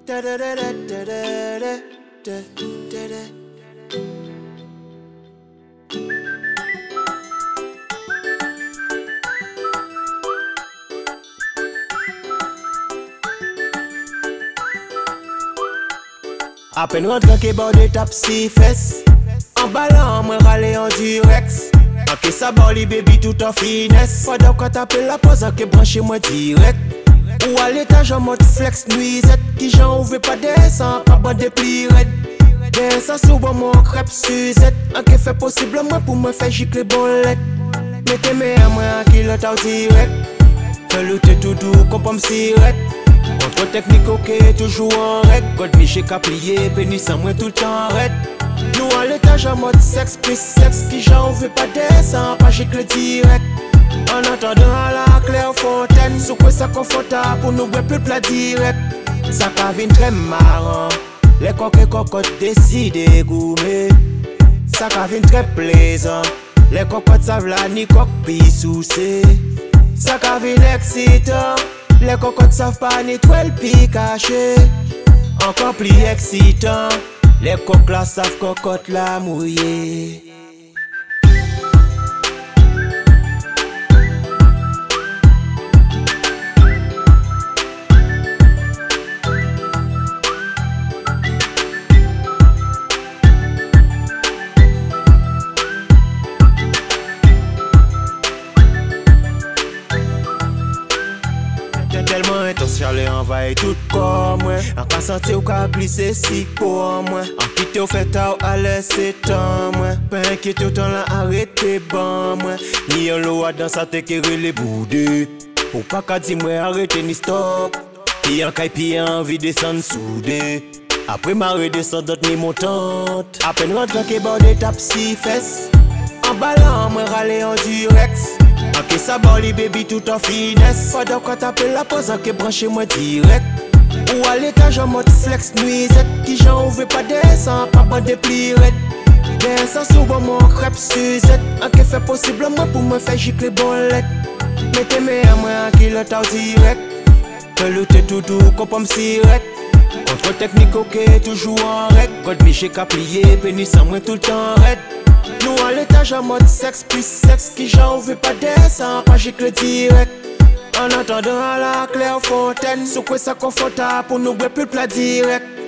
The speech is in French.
Da da da da da da da da da. À peine rentré que bordé tape si fesses. En ballant, moi râler en durex. En que ça barli baby tout en finesse. Pendant qu'on t'appelle la pause, en que branché moi direct. Ou à l'étage en mode flex nuisette. Qui j'en ouvre pas descend, pas bon de pli red. Descend sous bon mon crêpe Suzette. En que fait possible moi pour me faire gicler bolette. Mettez-moi à moi qui le t'a direct. Fais lutter tout doux comme pomme sirette. Contre technique ok, toujours en règle. God Miché qu'a plié, pénis sans moi tout le temps red. Nous à l'étage en mode sexe, plus sexe. Qui j'en veut pas descendre, pas gicle direct. En attendant à la claire fontaine. Sous quoi ça confortable pour nous boire plus plat direct. Ça cavine très marrant. Les coques et cocottes décident gourmet. Ça cavine très plaisant. Les cocottes savent la ni coque pissoussé. Ça cavine excitant. Les cocottes savent pas ni toile pi caché. Encore plus excitant. Les coques là savent cocotte la mouillée. Tellement intensionnel et envahit tout corps moi. En cas sentir ou cas glisser si pour moi. En quitter au fait à laisser temps moi. Pas inquiéter autant là arrêter bon moi. Ni en l'eau dans sa tête qui les boudé. Ou pas qu'à dire moi arrêter ni stop. Puis en caille puis envie descendre soudé. Après ma redescendre d'autres ni montante. À peine rentré que bordé tape si fesses. En ballant moi râler en durex. En que ça barli baby tout en finesse. Pendant qu'on t'appelle la pause, en que branché moi direct. Ou à l'étage en mode flex nuisette. Qui j'en ouvre pas descend, pas bon de pli red. Descend sous bon mon crêpe Suzette. En que fait possible moi pour me faire gicler bolette. Mettez-moi à moi qui le t'a direct. Fais lutter tout doux comme pomme sirette. Contre technique ok, toujours en règle. God Miché qu'a plié, pénis sans moi tout le temps red. Nous à l'étage en mode sexe, plus sexe. Qui j'en veut pas descendre, pas gicle direct. En attendant à la claire fontaine. Sous quoi ça confortable pour nous boire plus plat direct.